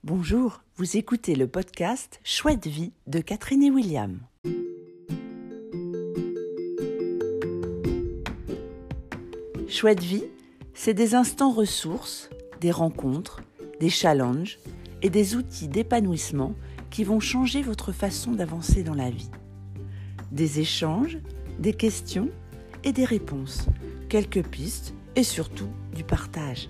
Bonjour, vous écoutez le podcast Chouette vie de Catherine et William. Chouette vie, c'est des instants ressources, des rencontres, des challenges et des outils d'épanouissement qui vont changer votre façon d'avancer dans la vie. Des échanges, des questions et des réponses, quelques pistes et surtout du partage.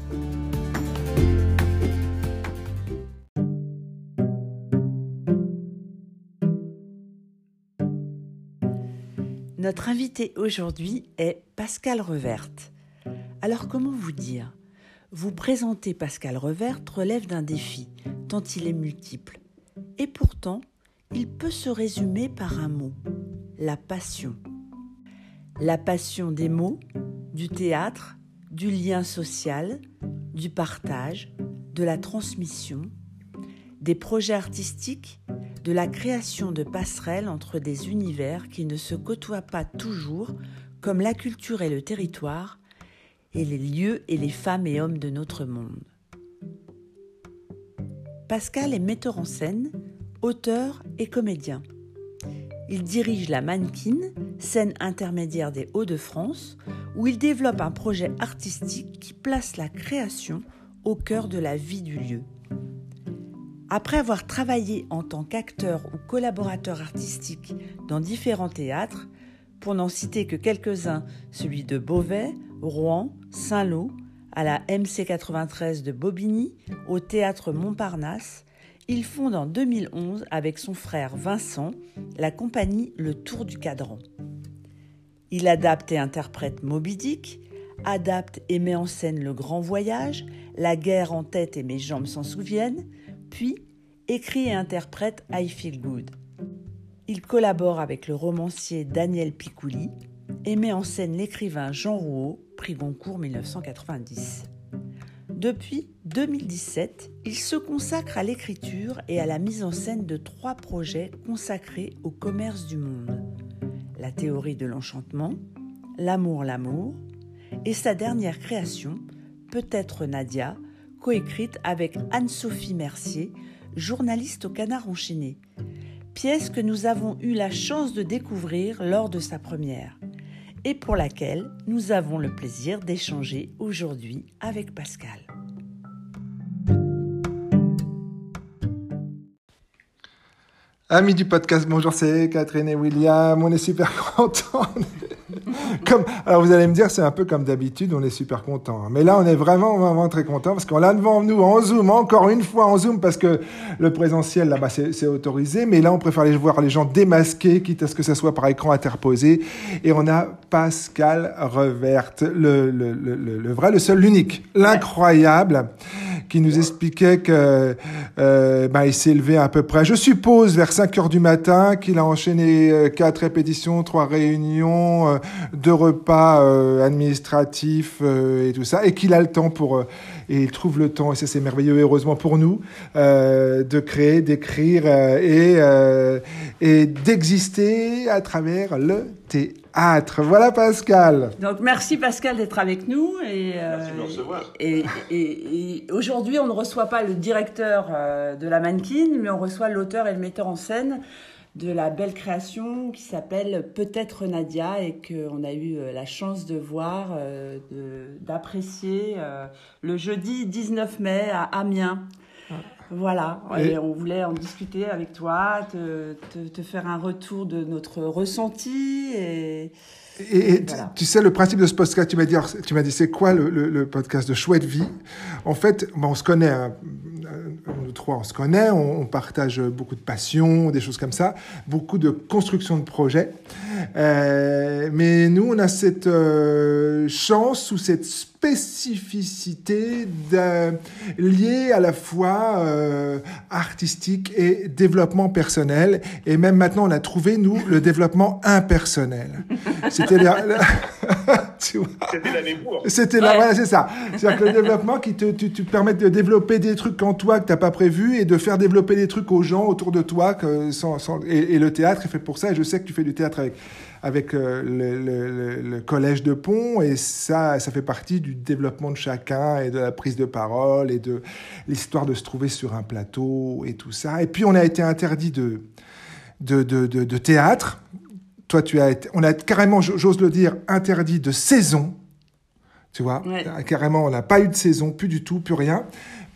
Notre invité aujourd'hui est Pascal Reverte. Alors comment vous dire ? Vous présenter Pascal Reverte relève d'un défi, tant il est multiple. Et pourtant, il peut se résumer par un mot, la passion. La passion des mots, du théâtre, du lien social, du partage, de la transmission, des projets artistiques, de la création de passerelles entre des univers qui ne se côtoient pas toujours, comme la culture et le territoire, et les lieux et les femmes et hommes de notre monde. Pascal est metteur en scène, auteur et comédien. Il dirige la Mannequin, scène intermédiaire des Hauts-de-France, où il développe un projet artistique qui place la création au cœur de la vie du lieu. Après avoir travaillé en tant qu'acteur ou collaborateur artistique dans différents théâtres, pour n'en citer que quelques-uns, celui de Beauvais, Rouen, Saint-Lô, à la MC93 de Bobigny, au théâtre Montparnasse, il fonde en 2011 avec son frère Vincent la compagnie Le Tour du Cadran. Il adapte et interprète Moby Dick, adapte et met en scène Le Grand Voyage, La guerre en tête et Mes jambes s'en souviennent, puis écrit et interprète I Feel Good. Il collabore avec le romancier Daniel Picouli et met en scène l'écrivain Jean Rouault, prix Goncourt 1990. Depuis 2017, il se consacre à l'écriture et à la mise en scène de 3 projets consacrés au commerce du monde. La théorie de l'enchantement, L'amour et sa dernière création, Peut-être Nadia, coécrite avec Anne-Sophie Mercier, journaliste au Canard enchaîné. Pièce que nous avons eu la chance de découvrir lors de sa première et pour laquelle nous avons le plaisir d'échanger aujourd'hui avec Pascal. Amis du podcast, bonjour, c'est Catherine et William, on est super contents. Alors vous allez me dire, c'est un peu comme d'habitude, on est super contents. Mais là, on est vraiment très contents parce qu'on l'a devant nous en Zoom, encore une fois en Zoom, parce que le présentiel, là-bas, c'est autorisé. Mais là, on préfère aller voir les gens démasqués, quitte à ce que ça soit par écran interposé. Et on a Pascal Reverte, le vrai, le seul, l'unique, l'incroyable, qui nous expliquait que il s'est levé à peu près, je suppose, vers 5h du matin, qu'il a enchaîné 4 répétitions, 3 réunions, 2 repas administratifs et tout ça, et qu'il a le temps et il trouve le temps, et ça c'est merveilleux, heureusement pour nous, de créer, d'écrire et d'exister à travers le théâtre. Voilà Pascal. Donc merci Pascal d'être avec nous merci de me recevoir. Et aujourd'hui on ne reçoit pas le directeur de la Mannequin, mais on reçoit l'auteur et le metteur en scène de la belle création qui s'appelle Peut-être Nadia et qu'on a eu la chance de voir, d'apprécier le jeudi 19 mai à Amiens. Voilà, et on voulait en discuter avec toi, te faire un retour de notre ressenti et voilà. Tu sais, le principe de ce podcast, tu m'as dit c'est quoi le podcast de Chouette vie ? En fait, on se connaît, nous 3, on se connaît, on partage beaucoup de passion, des choses comme ça, beaucoup de construction de projets. Mais nous, on a cette chance ou cette spécificité liée à la fois artistique et développement personnel. Et même maintenant, on a trouvé, nous, le développement impersonnel. C'était l'année pour. Voilà, c'est ça. C'est-à-dire que le développement qui te permet de développer des trucs en toi que t'as pas prévu et de faire développer des trucs aux gens autour de toi et le théâtre est fait pour ça. Et je sais que tu fais du théâtre avec avec le collège de Pont, et ça fait partie du développement de chacun et de la prise de parole et de l'histoire de se trouver sur un plateau et tout ça. Et puis on a été interdit de théâtre. Toi, on a carrément, j'ose le dire, interdit de saison. Tu vois, ouais. Carrément, on n'a pas eu de saison, plus du tout, plus rien.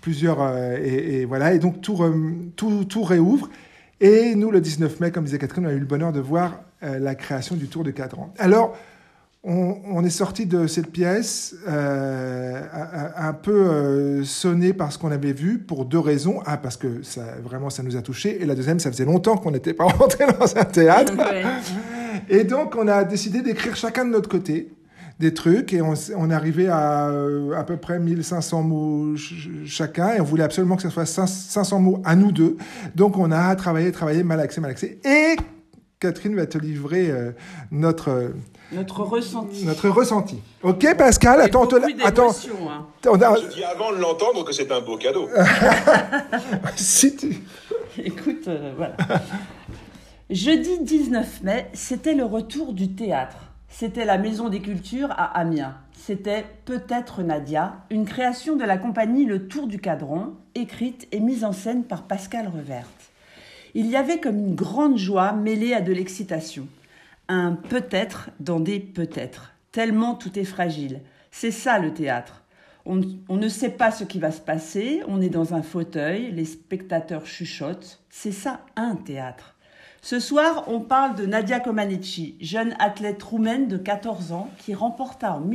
Et voilà, et donc tout réouvre. Et nous, le 19 mai, comme disait Catherine, on a eu le bonheur de voir la création du Tour du Cadran. Alors, on est sorti de cette pièce un peu sonné par ce qu'on avait vu pour deux raisons. Parce que ça nous a touchés. Et la deuxième, ça faisait longtemps qu'on n'était pas rentré dans un théâtre. Ouais. Et donc, on a décidé d'écrire chacun de notre côté des trucs, et on arrivait à peu près 1500 mots chacun, et on voulait absolument que ce soit 500 mots à nous deux. Donc on a travaillé, malaxé. Et Catherine va te livrer notre ressenti. Ok, Pascal, attends. Hein. Je dis avant de l'entendre que c'est un beau cadeau. Si tu... Écoute, voilà. Jeudi 19 mai, c'était le retour du théâtre. C'était la Maison des Cultures à Amiens. C'était Peut-être Nadia, une création de la compagnie Le Tour du Cadran, écrite et mise en scène par Pascal Reverte. Il y avait comme une grande joie mêlée à de l'excitation. Un peut-être dans des peut-être. Tellement tout est fragile. C'est ça le théâtre. On ne sait pas ce qui va se passer, on est dans un fauteuil, les spectateurs chuchotent. C'est ça un théâtre. Ce soir, on parle de Nadia Comaneci, jeune athlète roumaine de 14 ans qui remporta en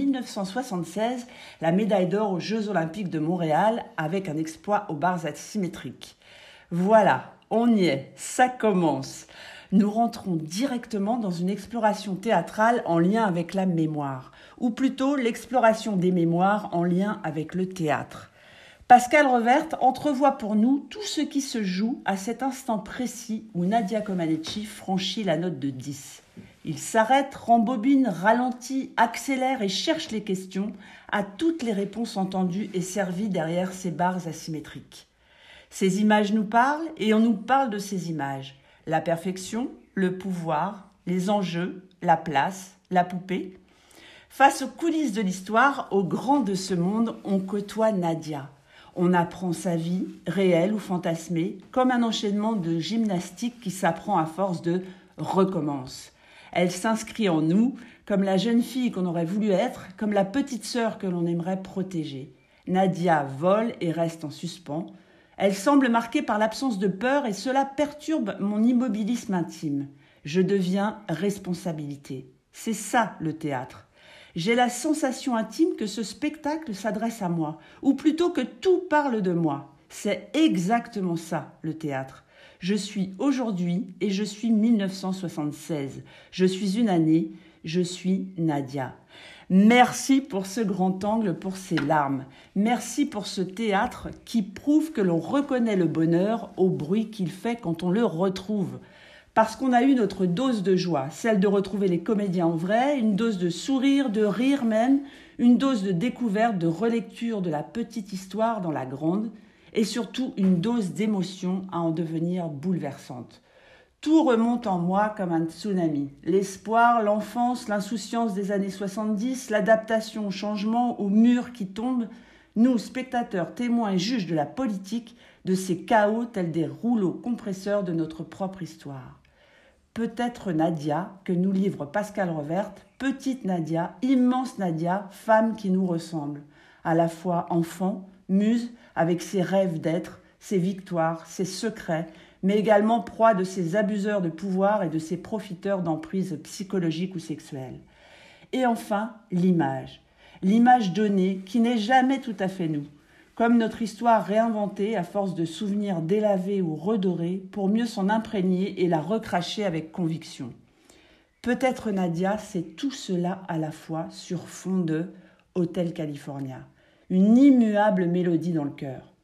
1976 la médaille d'or aux Jeux Olympiques de Montréal avec un exploit aux barres asymétriques. Voilà, on y est, ça commence. Nous rentrons directement dans une exploration théâtrale en lien avec la mémoire, ou plutôt l'exploration des mémoires en lien avec le théâtre. Pascal Reverte entrevoit pour nous tout ce qui se joue à cet instant précis où Nadia Comaneci franchit la note de 10. Il s'arrête, rembobine, ralentit, accélère et cherche les questions à toutes les réponses entendues et servies derrière ces barres asymétriques. Ces images nous parlent et on nous parle de ces images. La perfection, le pouvoir, les enjeux, la place, la poupée. Face aux coulisses de l'histoire, aux grands de ce monde, on côtoie Nadia. On apprend sa vie, réelle ou fantasmée, comme un enchaînement de gymnastique qui s'apprend à force de « recommence ». Elle s'inscrit en nous comme la jeune fille qu'on aurait voulu être, comme la petite sœur que l'on aimerait protéger. Nadia vole et reste en suspens. Elle semble marquée par l'absence de peur et cela perturbe mon immobilisme intime. Je deviens responsabilité. C'est ça le théâtre. J'ai la sensation intime que ce spectacle s'adresse à moi, ou plutôt que tout parle de moi. C'est exactement ça, le théâtre. Je suis aujourd'hui et je suis 1976. Je suis une année, je suis Nadia. Merci pour ce grand angle, pour ces larmes. Merci pour ce théâtre qui prouve que l'on reconnaît le bonheur au bruit qu'il fait quand on le retrouve. Parce qu'on a eu notre dose de joie, celle de retrouver les comédiens en vrai, une dose de sourire, de rire même, une dose de découverte, de relecture de la petite histoire dans la grande, et surtout une dose d'émotion à en devenir bouleversante. Tout remonte en moi comme un tsunami. L'espoir, l'enfance, l'insouciance des années 70, l'adaptation au changement, aux murs qui tombent, nous, spectateurs, témoins et juges de la politique, de ces chaos tels des rouleaux compresseurs de notre propre histoire. Peut-être Nadia, que nous livre Pascal Reverte, petite Nadia, immense Nadia, femme qui nous ressemble, à la fois enfant, muse, avec ses rêves d'être, ses victoires, ses secrets, mais également proie de ces abuseurs de pouvoir et de ces profiteurs d'emprise psychologique ou sexuelle. Et enfin, l'image donnée qui n'est jamais tout à fait nous, comme notre histoire réinventée à force de souvenirs délavés ou redorés pour mieux s'en imprégner et la recracher avec conviction. Peut-être Nadia, c'est tout cela à la fois sur fond de Hotel California, une immuable mélodie dans le cœur.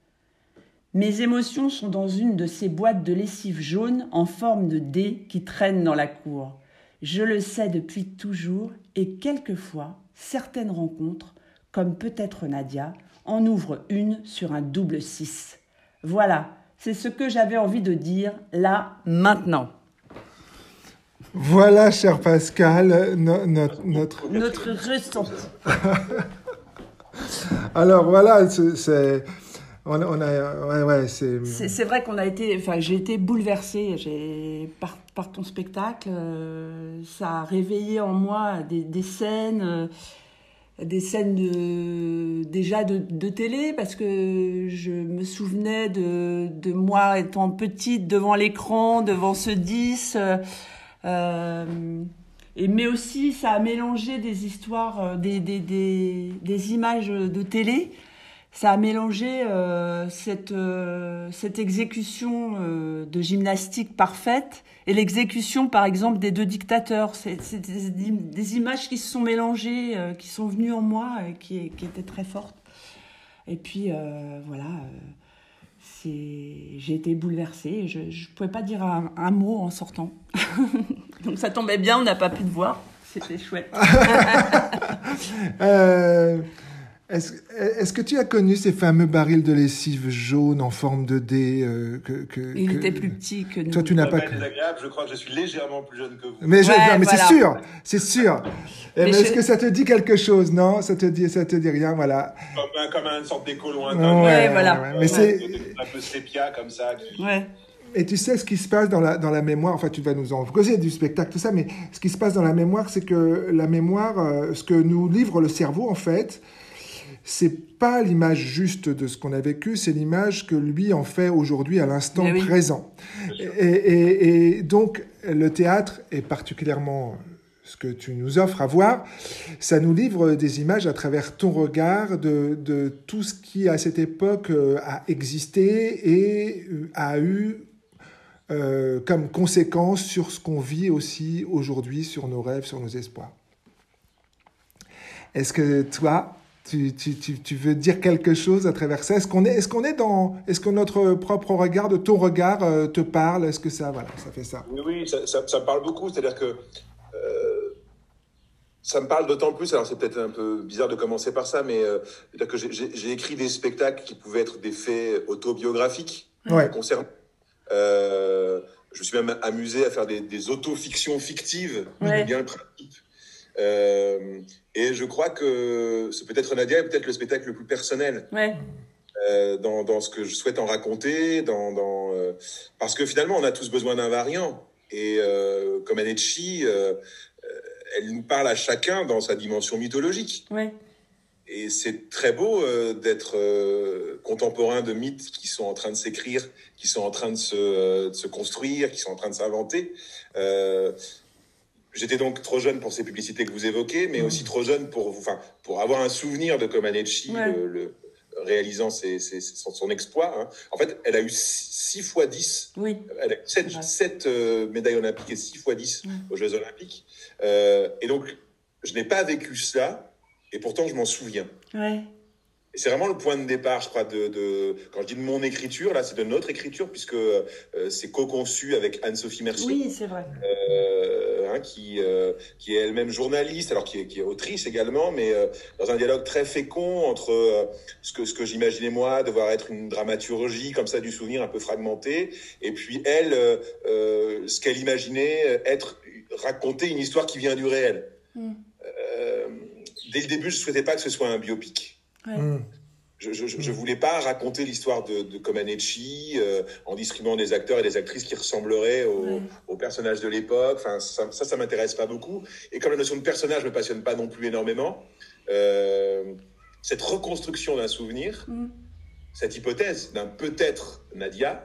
Mes émotions sont dans une de ces boîtes de lessive jaune en forme de dé qui traînent dans la cour. Je le sais depuis toujours et quelquefois, certaines rencontres, comme peut-être Nadia, en ouvrent une sur un double 6. Voilà, c'est ce que j'avais envie de dire là, maintenant. Voilà, cher Pascal, notre... Notre ressenti. Alors voilà, c'est... On a, ouais, c'est... C'est vrai qu'on a été, enfin, j'ai été bouleversée par ton spectacle. Ça a réveillé en moi des scènes déjà de télé, parce que je me souvenais de moi étant petite devant l'écran, devant ce 10. Mais aussi, ça a mélangé des histoires, des images de télé. Ça a mélangé cette exécution de gymnastique parfaite et l'exécution, par exemple, des deux dictateurs. C'est des images qui se sont mélangées, qui sont venues en moi, qui étaient très fortes. Et puis, voilà, j'ai été bouleversée. Je ne pouvais pas dire un mot en sortant. Donc ça tombait bien, on n'a pas pu te voir. C'était chouette. Est-ce que tu as connu ces fameux barils de lessive jaunes en forme de dé Il était plus petit que nous. Toi, tu n'as pas connu. Désagréable, je crois que je suis légèrement plus jeune que vous. Mais, Ouais, mais voilà. c'est sûr. Mais est-ce que ça te dit quelque chose? Non, ça te dit rien, voilà. Comme une sorte d'écho lointain. Ouais, voilà. Ouais. Mais c'est Un peu sépia comme ça. Ouais. Et tu sais ce qui se passe dans la mémoire, enfin tu vas nous en causer du spectacle, tout ça, mais ce qui se passe dans la mémoire, c'est que la mémoire, ce que nous livre le cerveau en fait, c'est pas l'image juste de ce qu'on a vécu, c'est l'image que lui en fait aujourd'hui à l'instant Oui. présent. Et donc le théâtre, et particulièrement ce que tu nous offres à voir, ça nous livre des images à travers ton regard de tout ce qui à cette époque a existé et a eu comme conséquence sur ce qu'on vit aussi aujourd'hui, sur nos rêves, sur nos espoirs. Est-ce que toi, tu veux dire quelque chose à travers ça? Est-ce que notre propre regard, de ton regard, te parle? Est-ce que ça fait ça? Oui, ça me parle beaucoup. C'est-à-dire que ça me parle d'autant plus. Alors c'est peut-être un peu bizarre de commencer par ça, mais c'est-à-dire que j'ai écrit des spectacles qui pouvaient être des faits autobiographiques concernant. Je me suis même amusé à faire des autofictions fictives. J'aime bien le principe. Et je crois que c'est peut-être Nadia est peut-être le spectacle le plus personnel dans ce que je souhaite en raconter, parce que finalement on a tous besoin d'un variant. Et comme Anecchi, elle nous parle à chacun dans sa dimension mythologique. Ouais. Et c'est très beau d'être contemporain de mythes qui sont en train de s'écrire, qui sont en train de se construire, qui sont en train de s'inventer. J'étais donc trop jeune pour ces publicités que vous évoquez, mais aussi trop jeune pour avoir un souvenir de Comaneci, réalisant son exploit. Hein. En fait, elle a eu 6 fois 10. Oui. Elle a eu 7 médailles olympiques et 6 fois 10 aux Jeux olympiques. Et donc, je n'ai pas vécu cela. Et pourtant, je m'en souviens. Ouais. Et c'est vraiment le point de départ, je crois, quand je dis de mon écriture, là, c'est de notre écriture, puisque c'est co-conçu avec Anne-Sophie Mercier. Oui, c'est vrai. Qui est elle-même journaliste, alors qui est autrice également, mais dans un dialogue très fécond entre ce que j'imaginais moi devoir être une dramaturgie comme ça du souvenir un peu fragmenté, et puis elle, ce qu'elle imaginait raconter une histoire qui vient du réel. Dès le début, je souhaitais pas que ce soit un biopic. Ouais. Je voulais pas raconter l'histoire de Comaneci en distribuant des acteurs et des actrices qui ressembleraient aux personnages de l'époque. Enfin, ça m'intéresse pas beaucoup. Et comme la notion de personnage me passionne pas non plus énormément, cette reconstruction d'un souvenir, cette hypothèse d'un peut-être Nadia,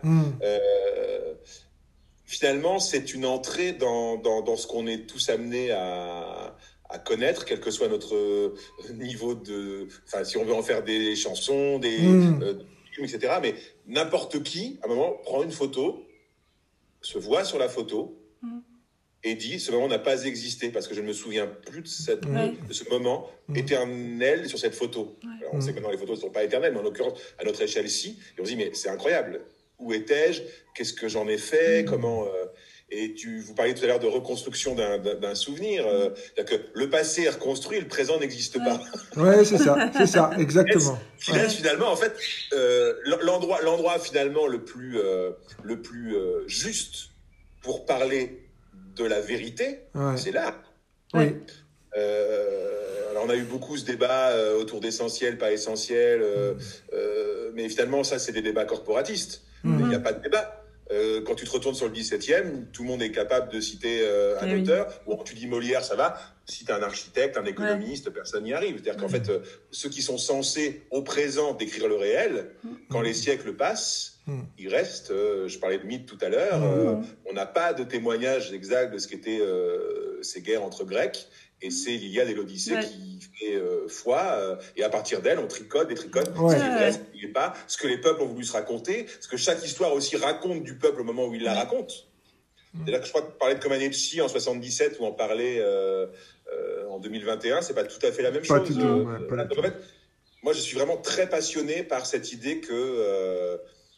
finalement, c'est une entrée dans ce qu'on est tous amenés à connaître, quel que soit notre niveau enfin, si on veut en faire des chansons, des films, etc. Mais n'importe qui, à un moment, prend une photo, se voit sur la photo et dit, ce moment n'a pas existé parce que je ne me souviens plus de ce moment éternel sur cette photo. Alors, on sait que maintenant les photos ne sont pas éternelles, mais en l'occurrence, à notre échelle, si. Et on se dit, mais c'est incroyable. Où étais-je? Qu'est-ce que j'en ai fait? Comment... Et vous parliez tout à l'heure de reconstruction d'un souvenir. C'est-à-dire que le passé est reconstruit et le présent n'existe pas. Ouais, c'est ça, exactement. Finalement, en fait, l'endroit finalement le plus juste pour parler de la vérité, c'est l'art. Oui. Alors on a eu beaucoup ce débat autour d'essentiel, pas essentiel, mais finalement ça c'est des débats corporatistes. Il n'y a pas de débat. Quand tu te retournes sur le 17e, tout le monde est capable de citer un auteur. Bon, tu dis Molière, ça va. Si tu es un architecte, un économiste, personne n'y arrive. C'est-à-dire qu'en fait, ceux qui sont censés au présent décrire le réel, quand les siècles passent, il reste, je parlais de mythe tout à l'heure, on n'a pas de témoignage exact de ce qu'étaient ces guerres entre Grecs. Et c'est l'Iliade et l'Odyssée qui fait foi. Et à partir d'elle, on tricote, détricote ce qui est vrai, ce qui n'est pas, ce que les peuples ont voulu se raconter, ce que chaque histoire aussi raconte du peuple au moment où il la raconte. C'est-à-dire que je crois que parler de Comaneci en 77 ou en parler en 2021, c'est pas tout à fait la même chose. En fait, moi, je suis vraiment très passionné par cette idée que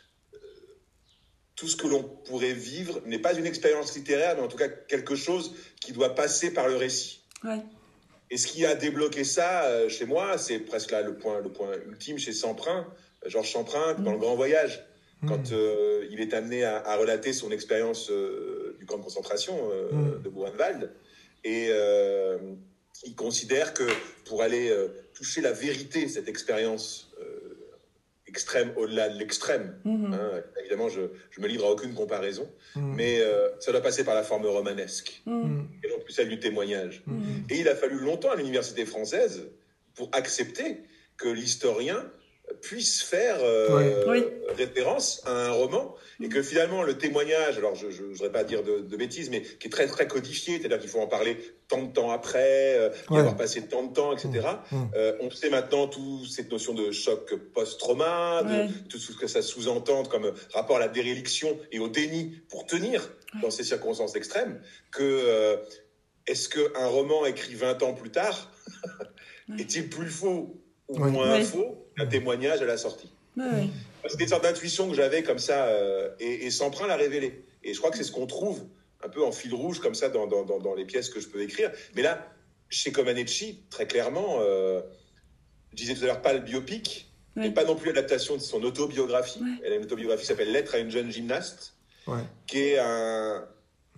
tout ce que l'on pourrait vivre n'est pas une expérience littéraire, mais en tout cas quelque chose qui doit passer par le récit. Et ce qui a débloqué ça chez moi, c'est presque là le point ultime chez Semprin, Georges Semprin, dans Le Grand Voyage, quand il est amené à relater son expérience du camp de concentration de Buchenwald. Et il considère que pour aller toucher la vérité, cette expérience extrême au-delà de l'extrême, évidemment je me livre à aucune comparaison, mais ça doit passer par la forme romanesque et non plus celle du témoignage. Et il a fallu longtemps à l'université française pour accepter que l'historien puisse faire référence à un roman, et que finalement le témoignage, alors je ne voudrais pas dire de bêtises, mais qui est très très codifié, c'est-à-dire qu'il faut en parler tant de temps après, y avoir passé tant de temps, etc. On sait maintenant toute cette notion de choc post-trauma, tout ce que ça sous-entend comme rapport à la déréliction et au déni pour tenir dans ces circonstances extrêmes, que est-ce qu'un roman écrit 20 ans plus tard est-il plus faux ou moins faux qu'un témoignage à la sortie? C'était une sorte d'intuition que j'avais comme ça, et Semprin l'a révélé. Et je crois que c'est ce qu'on trouve un peu en fil rouge comme ça dans les pièces que je peux écrire. Mais là, chez Comaneci, très clairement, je disais tout à l'heure pas le biopic, et pas non plus l'adaptation de son autobiographie. Elle a une autobiographie qui s'appelle Lettre à une jeune gymnaste, qui est un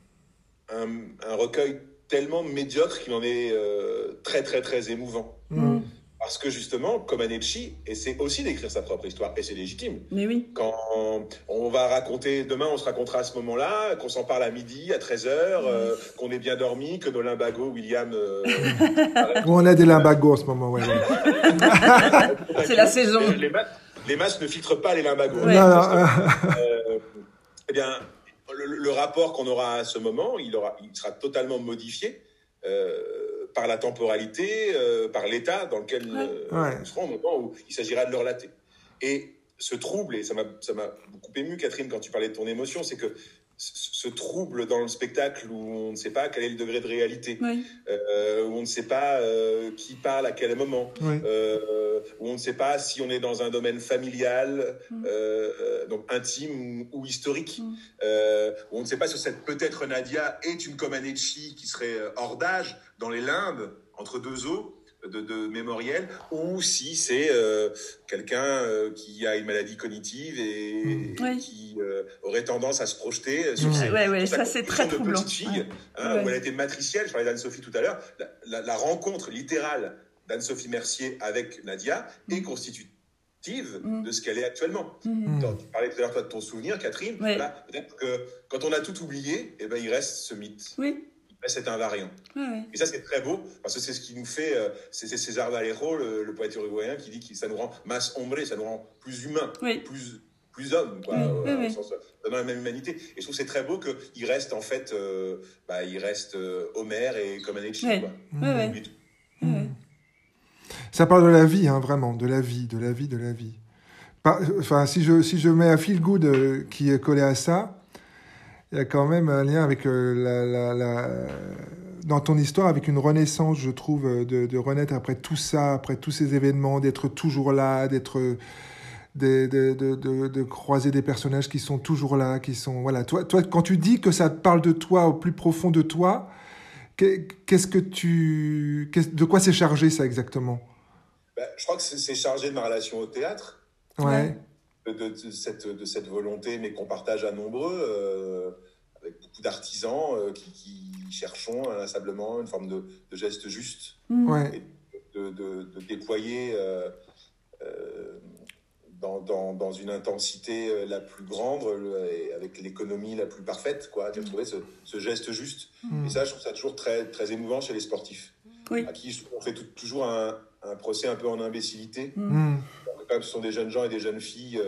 recueil tellement médiocre qu'il en est très très très émouvant. Parce que justement, Comaneci essaie aussi d'écrire sa propre histoire, et c'est légitime. Mais oui. Quand on va raconter, demain on se racontera à ce moment-là, qu'on s'en parle à midi, à 13h, qu'on ait bien dormi, que nos limbagos, William... on a des limbagos en ce moment, c'est la saison. Les masques ne filtrent pas les limbagos. Eh bien, le rapport qu'on aura à ce moment, il sera totalement modifié par la temporalité, par l'état dans lequel on sera au moment où il s'agira de le relater. Et ce trouble, et ça m'a beaucoup ému, Catherine, quand tu parlais de ton émotion, c'est que ce trouble dans le spectacle où on ne sait pas quel est le degré de réalité, où on ne sait pas qui parle à quel moment, où on ne sait pas si on est dans un domaine familial, donc intime ou historique, où on ne sait pas si cette peut-être Nadia est une Comaneci qui serait hors d'âge, dans les limbes, entre deux eaux, de mémoriel, ou si c'est quelqu'un qui a une maladie cognitive et qui aurait tendance à se projeter sur ça c'est très troublant. Petite fille, où elle a été matricielle. Je parlais d'Anne-Sophie tout à l'heure. La rencontre littérale d'Anne-Sophie Mercier avec Nadia est constitutive de ce qu'elle est actuellement. Donc, tu parlais tout à l'heure toi, de ton souvenir, Catherine. Voilà, peut-être que quand on a tout oublié, il reste ce mythe. C'est invariant. Et ça, c'est très beau, parce que c'est ce qui nous fait... c'est César Vallejo, le poète uruguayen, qui dit que ça nous rend más hombre, ça nous rend plus humain, plus homme, quoi, au sens, dans la même humanité. Et je trouve que c'est très beau qu'il reste, en fait, il reste Homère et Comaneci. Ça parle de la vie, vraiment, de la vie. Enfin, si je mets un feel good qui est collé à ça, il y a quand même un lien avec dans ton histoire, avec une renaissance, je trouve, de renaître après tout ça, après tous ces événements, d'être toujours là, de croiser des personnages qui sont toujours là, qui sont voilà. Toi, quand tu dis que ça te parle de toi au plus profond de toi, de quoi c'est chargé ça exactement? Je crois que c'est chargé de ma relation au théâtre. De cette volonté, mais qu'on partage à nombreux, avec beaucoup d'artisans qui cherchons inlassablement une forme de geste juste Ouais. et de déployer dans une intensité la plus grande et avec l'économie la plus parfaite, quoi, de trouver ce geste juste. Et ça, je trouve ça toujours très, très émouvant chez les sportifs, à qui je trouve qu'on fait toujours un procès un peu en imbécilité. Comme ce sont des jeunes gens et des jeunes filles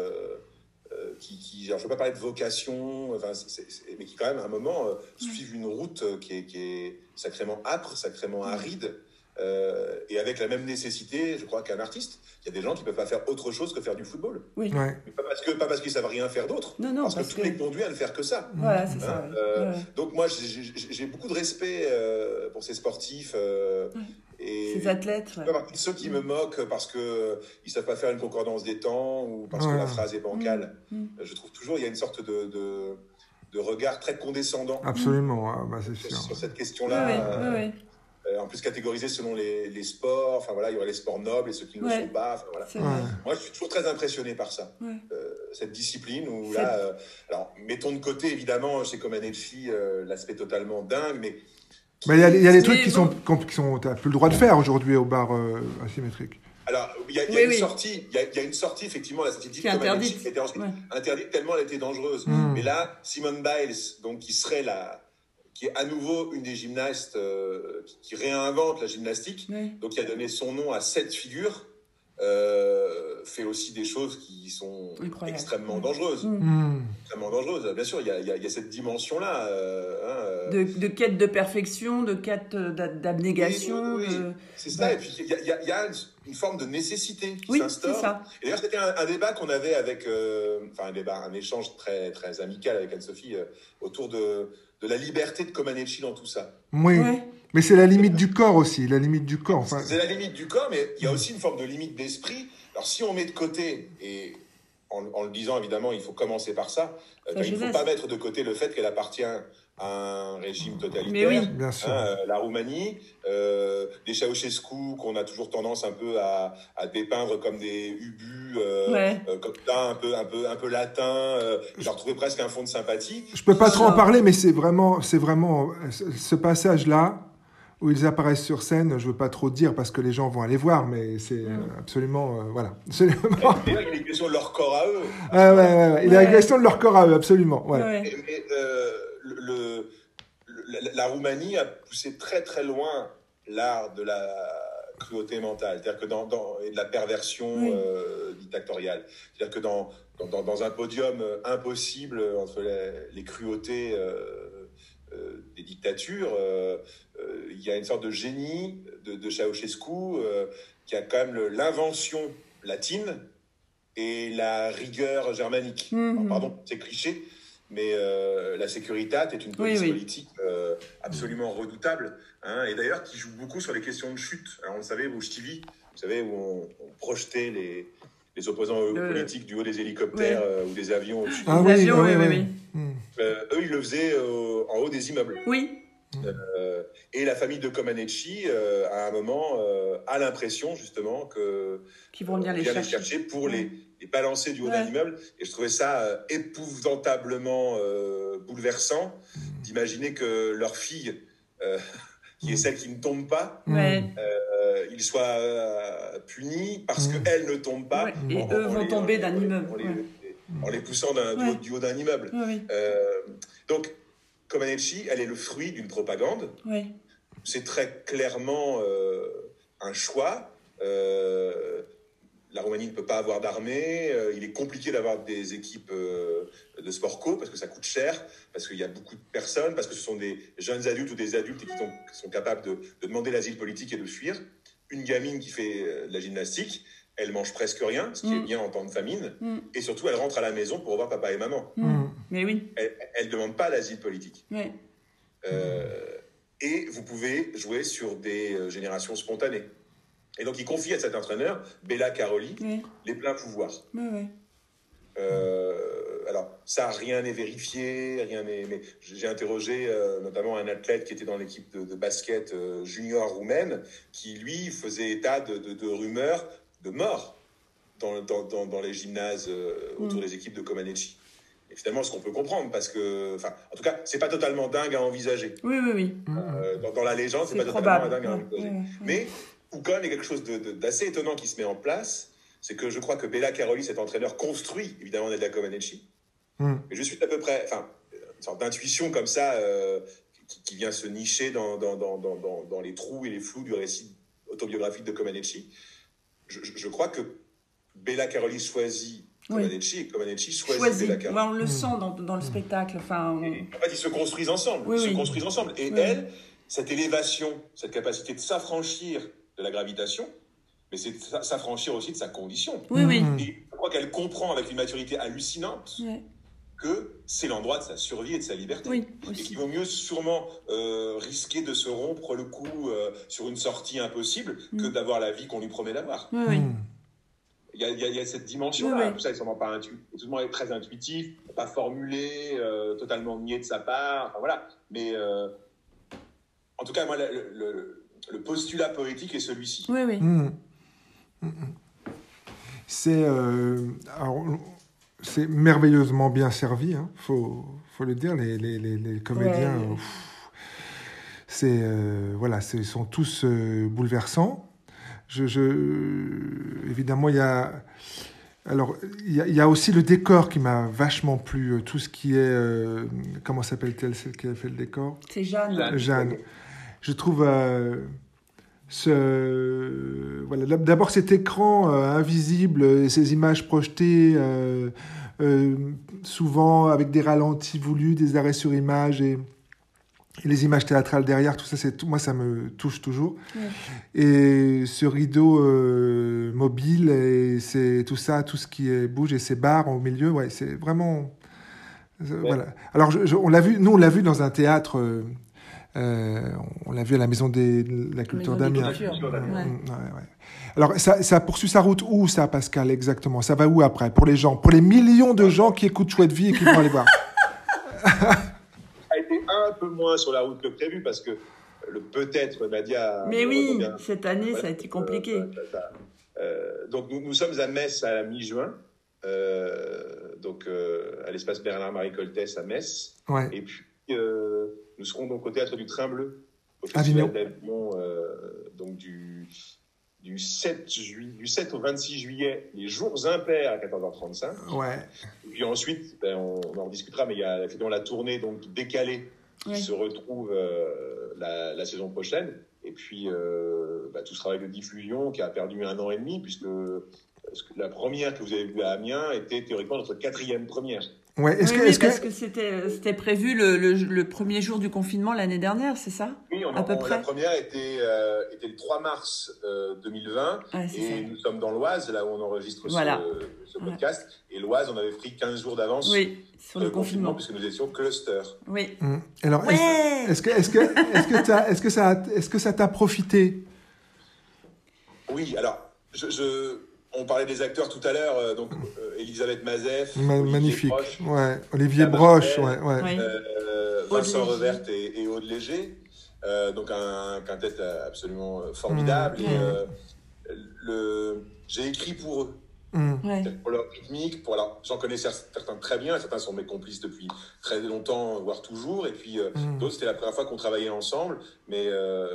qui alors, je ne veux pas parler de vocation, enfin, mais qui quand même à un moment suivent une route qui est sacrément âpre, sacrément aride, et avec la même nécessité, je crois, qu'un artiste. Il y a des gens qui ne peuvent pas faire autre chose que faire du football. Oui. Ouais. Mais pas parce qu'ils ne savent rien faire d'autre, parce que tout les conduit à ne faire que ça. Voilà, c'est ça. Donc moi, j'ai beaucoup de respect pour ces sportifs. Et ces athlètes. Ceux qui me moquent parce qu'ils ne savent pas faire une concordance des temps ou parce que la phrase est bancale. Je trouve toujours qu'il y a une sorte de regard très condescendant. Absolument, c'est sûr. Sur cette question-là. En plus catégorisé selon les sports, enfin voilà, il y aurait les sports nobles et ceux qui ne le sont pas. Enfin, voilà. Moi, je suis toujours très impressionné par ça, cette discipline où là, alors mettons de côté évidemment chez Comaneci l'aspect totalement dingue, mais il y a des trucs qui sont t'as plus le droit de faire aujourd'hui au bar asymétrique. Alors, il y a une sortie, il y a une sortie, effectivement, la sortie qui est interdite. Qui était ensuite interdite tellement elle était dangereuse. Mais là, Simone Biles, donc, qui est à nouveau une des gymnastes qui réinvente la gymnastique, donc qui a donné son nom à cette figure, fait aussi des choses qui sont extrêmement dangereuses. Extrêmement dangereuses. Bien sûr, il y a cette dimension-là. De quête de perfection, de quête d'abnégation. Oui. C'est ça. Et puis, il y a une forme de nécessité qui s'instaure. C'est ça. Et d'ailleurs, c'était un débat qu'on avait avec... un échange très, très amical avec Anne-Sophie autour de la liberté de Comaneci dans tout ça. Oui. Mais c'est la limite du corps aussi, la limite du corps. Enfin... C'est la limite du corps, mais il y a aussi une forme de limite d'esprit. Alors, si on met de côté, et en le disant, évidemment, il faut commencer par ça, il ne faut pas mettre de côté le fait qu'elle appartient à un régime totalitaire. Mais oui, bien sûr. La Roumanie, des Ceausescu qu'on a toujours tendance un peu à dépeindre comme des ubus, comme ça, un peu latins. J'ai retrouvé presque un fond de sympathie. Je peux pas trop en parler, mais c'est vraiment ce passage-là où ils apparaissent sur scène. Je veux pas trop dire parce que les gens vont aller voir, mais c'est absolument voilà. D'ailleurs, il y a une question de leur corps à eux. Il y a une question de leur corps à eux, absolument. La Roumanie a poussé très très loin l'art de la cruauté mentale, c'est-à-dire que et de la perversion dictatoriale. C'est-à-dire que dans un podium impossible entre les cruautés des dictatures, il y a une sorte de génie de Ceausescu qui a quand même l'invention latine et la rigueur germanique. Alors, pardon, c'est cliché, mais la Securitate est une police politique absolument redoutable, et d'ailleurs qui joue beaucoup sur les questions de chute. Alors on le savait au Chili, vous savez, où on projetait les opposants politiques du haut des hélicoptères ou des avions au-dessus. Eux, ils le faisaient en haut des immeubles. Et la famille de Comaneci, à un moment, a l'impression justement qu'ils vont venir les chercher pour les balancer du haut d'un immeuble. Et je trouvais ça épouvantablement bouleversant d'imaginer que leur fille, qui est celle qui ne tombe pas, ils soient punis parce qu'elle ne tombe pas. Et eux vont tomber d'un immeuble. En les poussant du haut d'un immeuble. Donc, Comaneci, elle est le fruit d'une propagande. C'est très clairement un choix. La Roumanie ne peut pas avoir d'armée. Il est compliqué d'avoir des équipes de sport co parce que ça coûte cher, parce qu'il y a beaucoup de personnes, parce que ce sont des jeunes adultes ou des adultes qui sont capables de demander l'asile politique et de fuir. Une gamine qui fait de la gymnastique, elle mange presque rien, ce qui est bien en temps de famine. Et surtout, elle rentre à la maison pour revoir papa et maman. Mais oui. Elle ne demande pas l'asile politique. Et vous pouvez jouer sur des générations spontanées. Et donc, il confie à cet entraîneur, Bela Karolyi, les pleins pouvoirs. Alors, ça, rien n'est vérifié, mais j'ai interrogé notamment un athlète qui était dans l'équipe de basket junior roumaine, qui, lui, faisait état de rumeurs de mort dans les gymnases autour des équipes de Comaneci. finalement, ce qu'on peut comprendre, parce que, en tout cas, c'est pas totalement dingue à envisager. Oui. Dans la légende, c'est pas probable. totalement dingue à envisager. Mais où quand même, il y a quelque chose d'assez étonnant qui se met en place, c'est que je crois que Bela Karolyi, cet entraîneur, construit évidemment Nedia Comaneci. Mais je suis à peu près, une sorte d'intuition comme ça, qui vient se nicher dans les trous et les flous du récit autobiographique de Comaneci. Je crois que Bela Karolyi choisit Comaneci et Comaneci choisit Bela Karolyi. On le sent dans le spectacle. En fait, ils se construisent ensemble. Et elle, cette élévation, cette capacité de s'affranchir de la gravitation, mais c'est s'affranchir aussi de sa condition. Et je crois qu'elle comprend avec une maturité hallucinante que c'est l'endroit de sa survie et de sa liberté. Et qu'il vaut mieux sûrement risquer de se rompre le cou sur une sortie impossible que d'avoir la vie qu'on lui promet d'avoir. Il y a cette dimension-là. Tout ça est sûrement pas tout le monde est très intuitif, pas formulé, totalement niais de sa part. Enfin, voilà. Mais en tout cas, moi, le postulat poétique est celui-ci. C'est merveilleusement bien servi, hein. Faut le dire, les comédiens, ils sont tous bouleversants. Évidemment, il y a aussi le décor qui m'a vachement plu, tout ce qui est comment s'appelle-t-elle, celle qui a fait le décor? C'est Jeanne. Je trouve d'abord cet écran invisible, ces images projetées souvent avec des ralentis voulus, des arrêts sur image et les images théâtrales derrière, tout ça, moi ça me touche toujours. Et ce rideau mobile et c'est tout ça, tout ce qui bouge et ces barres au milieu, c'est vraiment voilà. Alors on l'a vu dans un théâtre. On l'a vu à la Maison de la Culture d'Amiens. Alors, ça poursuit sa route où, ça, Pascal, exactement? Ça va où après? Pour les gens, pour les millions de gens qui écoutent Chouette Vie et qui vont aller voir. A été un peu moins sur la route que prévu parce que peut-être Nadia. Mais oui, cette année, ça a été compliqué. Donc, nous sommes à Metz à la mi-juin. À l'espace Bernard-Marie Coltès à Metz. Et puis, nous serons donc au Théâtre du Train Bleu, au Festival d'Avignon, donc du 7 au 26 juillet, les jours impairs à 14h35. Et puis ensuite, on en discutera, mais il y a effectivement la tournée donc décalée qui se retrouve la saison prochaine. Et puis, tout ce travail de diffusion qui a perdu 1 an et demi, puisque la première que vous avez vue à Amiens était théoriquement notre 4e première. Parce que c'était prévu le premier jour du confinement l'année dernière, c'est ça? Oui, à peu près. La première était le 3 mars 2020 et nous sommes dans l'Oise, là où on enregistre ce podcast. Et l'Oise, on avait pris 15 jours d'avance sur le confinement puisque nous étions cluster. Alors, est-ce que ça t'a profité? Oui, alors, on parlait des acteurs tout à l'heure, donc Elisabeth Mazef, magnifique, Olivier Broche, Vincent Reverte et Aude Léger, donc un quintet absolument formidable. J'ai écrit pour eux, pour leur rythmique, j'en connais certains très bien, certains sont mes complices depuis très longtemps, voire toujours, et puis d'autres c'était la première fois qu'on travaillait ensemble, mais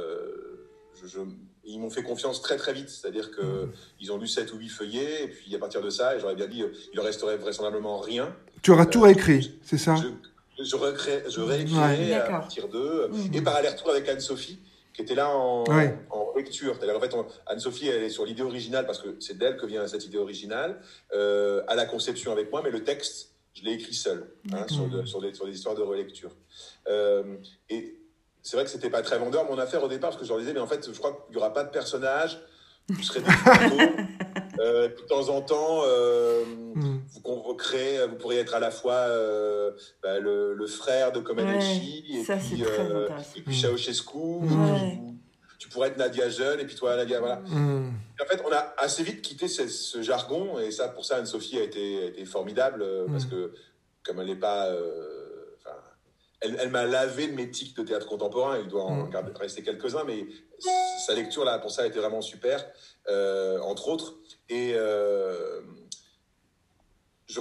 ils m'ont fait confiance très très vite, c'est-à-dire qu'ils ont lu 7 ou 8 feuillets, et puis à partir de ça, j'aurais bien dit, il leur resterait vraisemblablement rien. Tu auras tout réécrit, c'est ça? Je réécrirai à partir d'eux, et par aller-retour avec Anne-Sophie, qui était là en lecture. C'est-à-dire, en fait, Anne-Sophie, elle est sur l'idée originale, parce que c'est d'elle que vient cette idée originale, à la conception avec moi, mais le texte, je l'ai écrit seul, sur des histoires de relecture. Et c'est vrai que c'était pas très vendeur mon affaire au départ, parce que je leur disais, mais en fait, je crois qu'il n'y aura pas de personnage, vous serez des photos, de temps en temps, vous convoquerez, vous pourriez être à la fois le frère de Comaneci, et puis Ceausescu, tu pourrais être Nadia jeune, et puis toi, Nadia, voilà. Et en fait, on a assez vite quitté ce jargon, et ça, pour ça, Anne-Sophie a été formidable, parce que, comme elle n'est pas... Elle m'a lavé de mes tics de théâtre contemporain. Il doit en rester quelques-uns, mais sa lecture, là, pour ça, a été vraiment super, entre autres. Et je crois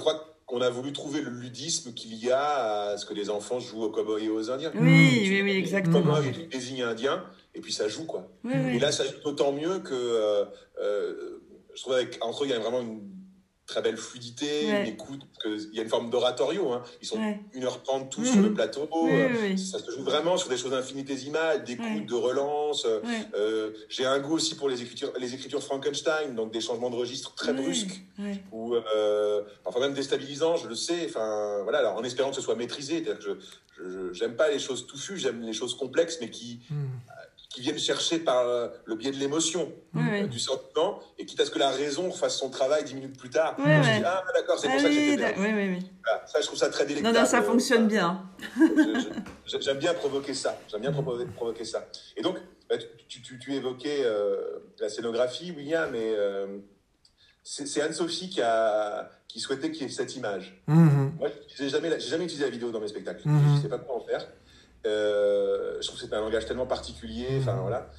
qu'on a voulu trouver le ludisme qu'il y a à ce que les enfants jouent aux cow-boys et aux Indiens. Oui, exactement. Moi, je désigne indien, et puis ça joue, quoi. Oui. Et là, ça joue d'autant mieux que je trouve qu'entre eux, il y a vraiment une très belle fluidité, une écoute, il y a une forme d'oratorio. Hein. Ils sont 1h30 tous sur le plateau. Ça se joue vraiment sur des choses infinitésimales, d'écoute, de relance. J'ai un goût aussi pour les écritures Frankenstein, donc des changements de registre très brusques, ou parfois même déstabilisants, je le sais. Enfin, voilà, alors, en espérant que ce soit maîtrisé. C'est-à-dire que j'aime pas les choses touffues, j'aime les choses complexes, mais qui viennent chercher par le biais de l'émotion, du sentiment, et quitte à ce que la raison fasse son travail 10 minutes plus tard. Je dis, d'accord, c'est pour ça que j'étais bien. Voilà, ça, je trouve ça très délectable. Non, ça fonctionne bien. J'aime bien provoquer ça. Provoquer ça. Et donc, tu évoquais la scénographie, William, et c'est Anne-Sophie qui souhaitait qu'il y ait cette image. Moi, j'ai jamais utilisé la vidéo dans mes spectacles. Je ne sais pas comment en faire. Je trouve que c'est un langage tellement particulier, voilà.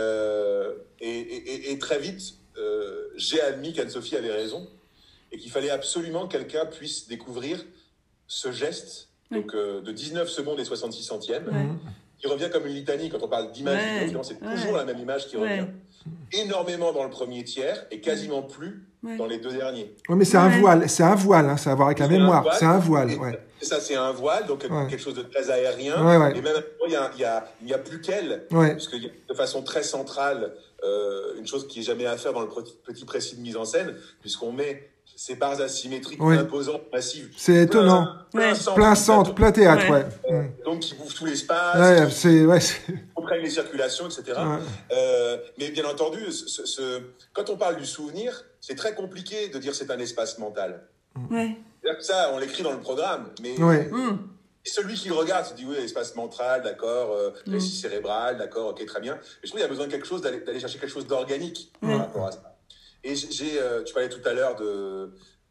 Et très vite, j'ai admis qu'Anne-Sophie avait raison et qu'il fallait absolument que quelqu'un puisse découvrir ce geste, donc de 19 secondes et 66 centièmes, qui revient comme une litanie. Quand on parle d'image, c'est toujours la même image qui revient. Énormément dans le premier tiers et quasiment plus dans les deux derniers. Oui, mais c'est un voile, hein, ça a à voir avec la mémoire. C'est un voile, Ça, c'est un voile, donc quelque chose de très aérien. Et même, il n'y a plus qu'elle, parce qu'il y a de façon très centrale une chose qui n'est jamais à faire dans le petit précis de mise en scène, puisqu'on met ces barres asymétriques imposantes, massives. C'est étonnant. Plein centre, plein théâtre, donc, qui bouffent tout l'espace, contraignent les circulations, etc. Mais bien entendu, quand on parle du souvenir, c'est très compliqué de dire c'est un espace mental. C'est-à-dire que ça, on l'écrit dans le programme, mais et celui qui le regarde se dit oui, espace mental, d'accord, récit cérébral, d'accord, ok, très bien. Mais je trouve qu'il y a besoin de quelque chose, d'aller chercher quelque chose d'organique par rapport à ça. Et tu parlais tout à l'heure de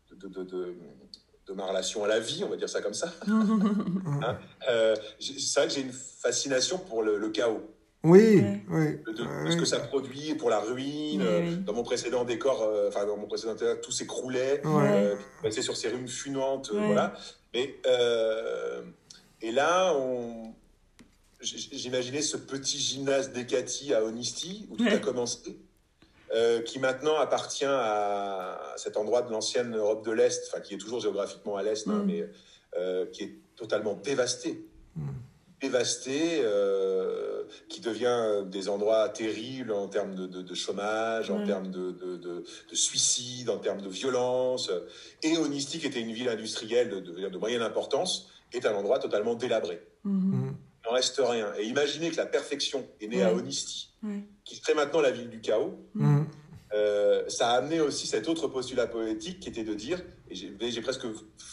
ma relation à la vie, on va dire ça comme ça. C'est vrai que j'ai une fascination pour le chaos. Ce que ça produit pour la ruine. Dans mon précédent décor, dans mon précédent théâtre, tout s'écroulait, passait sur ces ruines funantes, voilà. Mais et là, j'imaginais ce petit gymnase d'Hécati à Onnisty où tout a commencé, qui maintenant appartient à cet endroit de l'ancienne Europe de l'Est, qui est toujours géographiquement à l'Est, mais qui est totalement dévasté. Qui devient des endroits terribles en termes de chômage, en termes de suicide, en termes de violence. Et Onnisty, qui était une ville industrielle de moyenne importance, est un endroit totalement délabré. Il n'en reste rien. Et imaginez que la perfection est née à Onnisty, qui serait maintenant la ville du chaos. Ça a amené aussi cet autre postulat poétique qui était de dire, et j'ai presque...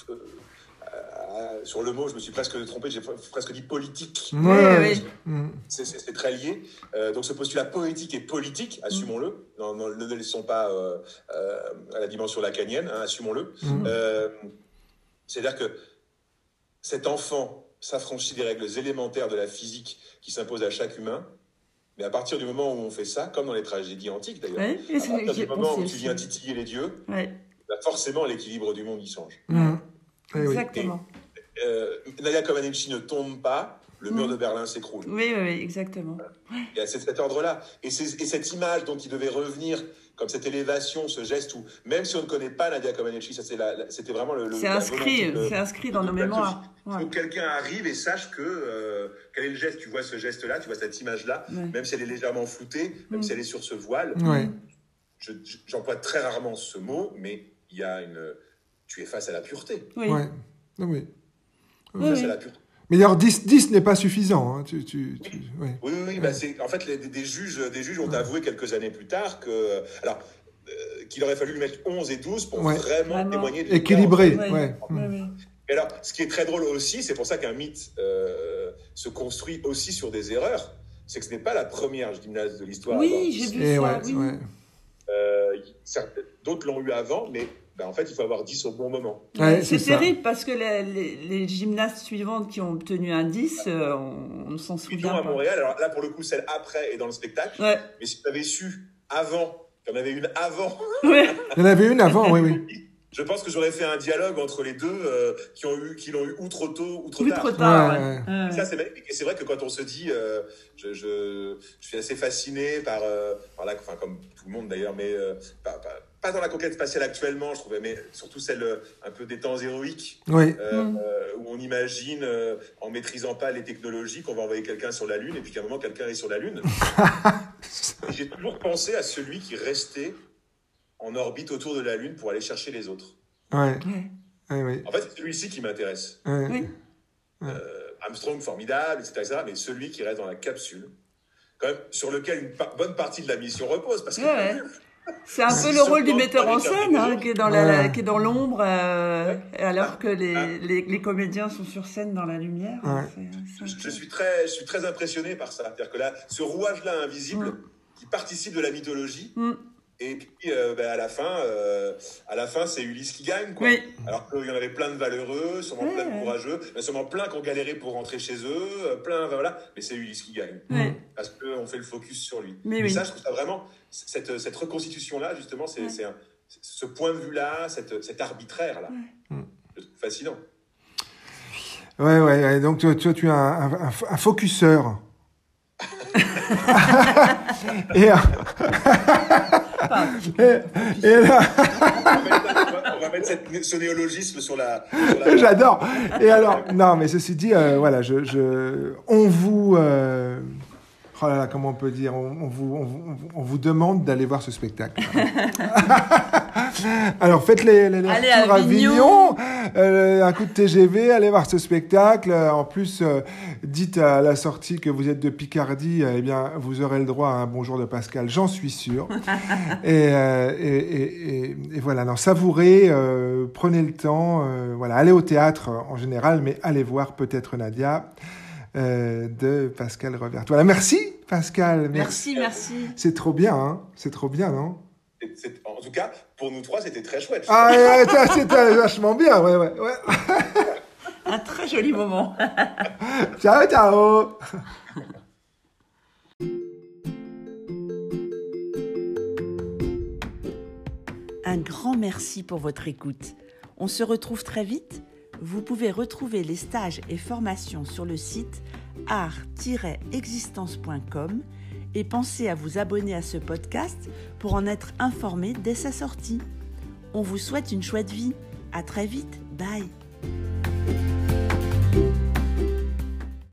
sur le mot, je me suis presque trompé, j'ai presque dit politique. C'est très lié. Donc ce postulat poétique et politique, assumons-le, ne le laissons pas à la dimension lacanienne, assumons-le. C'est-à-dire que cet enfant s'affranchit des règles élémentaires de la physique qui s'imposent à chaque humain, mais à partir du moment où on fait ça, comme dans les tragédies antiques d'ailleurs, à partir du moment où tu viens titiller les dieux, forcément l'équilibre du monde y change. Exactement. Nadia Comaneci ne tombe pas, le mur de Berlin s'écroule. Oui, exactement. Il y a cet ordre-là. Et cette image dont il devait revenir, comme cette élévation, ce geste où, même si on ne connaît pas Nadia Comaneci, c'était vraiment c'est inscrit dans nos mémoires. Il faut que quelqu'un arrive et sache quel est le geste. Tu vois ce geste-là, tu vois cette image-là, même si elle est légèrement floutée, même si elle est sur ce voile. J'emploie très rarement ce mot, mais il y a tu es face à la pureté. Face à la pureté. Mais d'ailleurs, 10 n'est pas suffisant. Hein. Oui. En fait, des juges ont avoué quelques années plus tard qu'il aurait fallu lui mettre 11 et 12 pour vraiment témoigner de équilibré. Et alors, ce qui est très drôle aussi, c'est pour ça qu'un mythe se construit aussi sur des erreurs, c'est que ce n'est pas la première gymnase de l'histoire. Oui, j'ai vu ça. D'autres l'ont eu avant, mais en fait, il faut avoir 10 au bon moment. C'est terrible parce que les gymnastes suivantes qui ont obtenu un 10, on ne s'en souvient pas. À Montréal, alors là, pour le coup, celle après est dans le spectacle. Mais si tu avais su avant, qu'il y en avait une avant... Il y en avait une avant, oui. Je pense que j'aurais fait un dialogue entre les deux qui l'ont eu ou trop tôt ou trop tard. Trop tard, ouais. Ça, c'est vrai que quand on se dit, je suis assez fasciné par là, enfin comme tout le monde d'ailleurs, mais pas dans la conquête spatiale actuellement, je trouvais, mais surtout celle un peu des temps héroïques, où on imagine, en maîtrisant pas les technologies, qu'on va envoyer quelqu'un sur la Lune et puis qu'à un moment quelqu'un est sur la Lune. Et j'ai toujours pensé à celui qui restait en orbite autour de la Lune pour aller chercher les autres. Ouais. En fait, c'est celui-ci qui m'intéresse. Armstrong, formidable, etc., mais celui qui reste dans la capsule, quand même, sur lequel une bonne partie de la mission repose. Parce que c'est un peu le rôle du metteur en scène, qui est dans l'ombre, alors que les comédiens sont sur scène dans la lumière. Je suis très impressionné par ça. C'est-à-dire que là, ce rouage-là invisible, qui participe de la mythologie, et puis à la fin, c'est Ulysse qui gagne, quoi. Alors qu'il y en avait plein de valeureux, sûrement plein de courageux, mais sûrement plein qui ont galéré pour rentrer chez eux, mais c'est Ulysse qui gagne. Parce qu'on fait le focus sur lui. Et ça, je trouve ça vraiment, cette reconstitution-là, justement, c'est ce point de vue-là, cet arbitraire-là. Je trouve fascinant. Ouais. Donc, toi, tu es un focuseur. Et là... on va mettre ce néologisme sur la... J'adore. Et alors, non, mais ceci dit, voilà, on vous... oh là là, comment on peut dire, on vous demande d'aller voir ce spectacle. Alors faites les retours à Avignon, un coup de TGV, allez voir ce spectacle. En plus, dites à la sortie que vous êtes de Picardie, eh bien, vous aurez le droit à un bonjour de Pascal, j'en suis sûr. Et voilà, non, savourez, prenez le temps, voilà, allez au théâtre en général, mais allez voir peut-être Nadia. De Pascal Revert. Voilà, merci Pascal. Merci. C'est trop bien, hein. C'est trop bien, non? En tout cas, pour nous trois, c'était très chouette. C'était vachement bien, ouais. Un très joli moment. Ciao. Un grand merci pour votre écoute. On se retrouve très vite. Vous pouvez retrouver les stages et formations sur le site art-existence.com et pensez à vous abonner à ce podcast pour en être informé dès sa sortie. On vous souhaite une chouette vie. À très vite. Bye.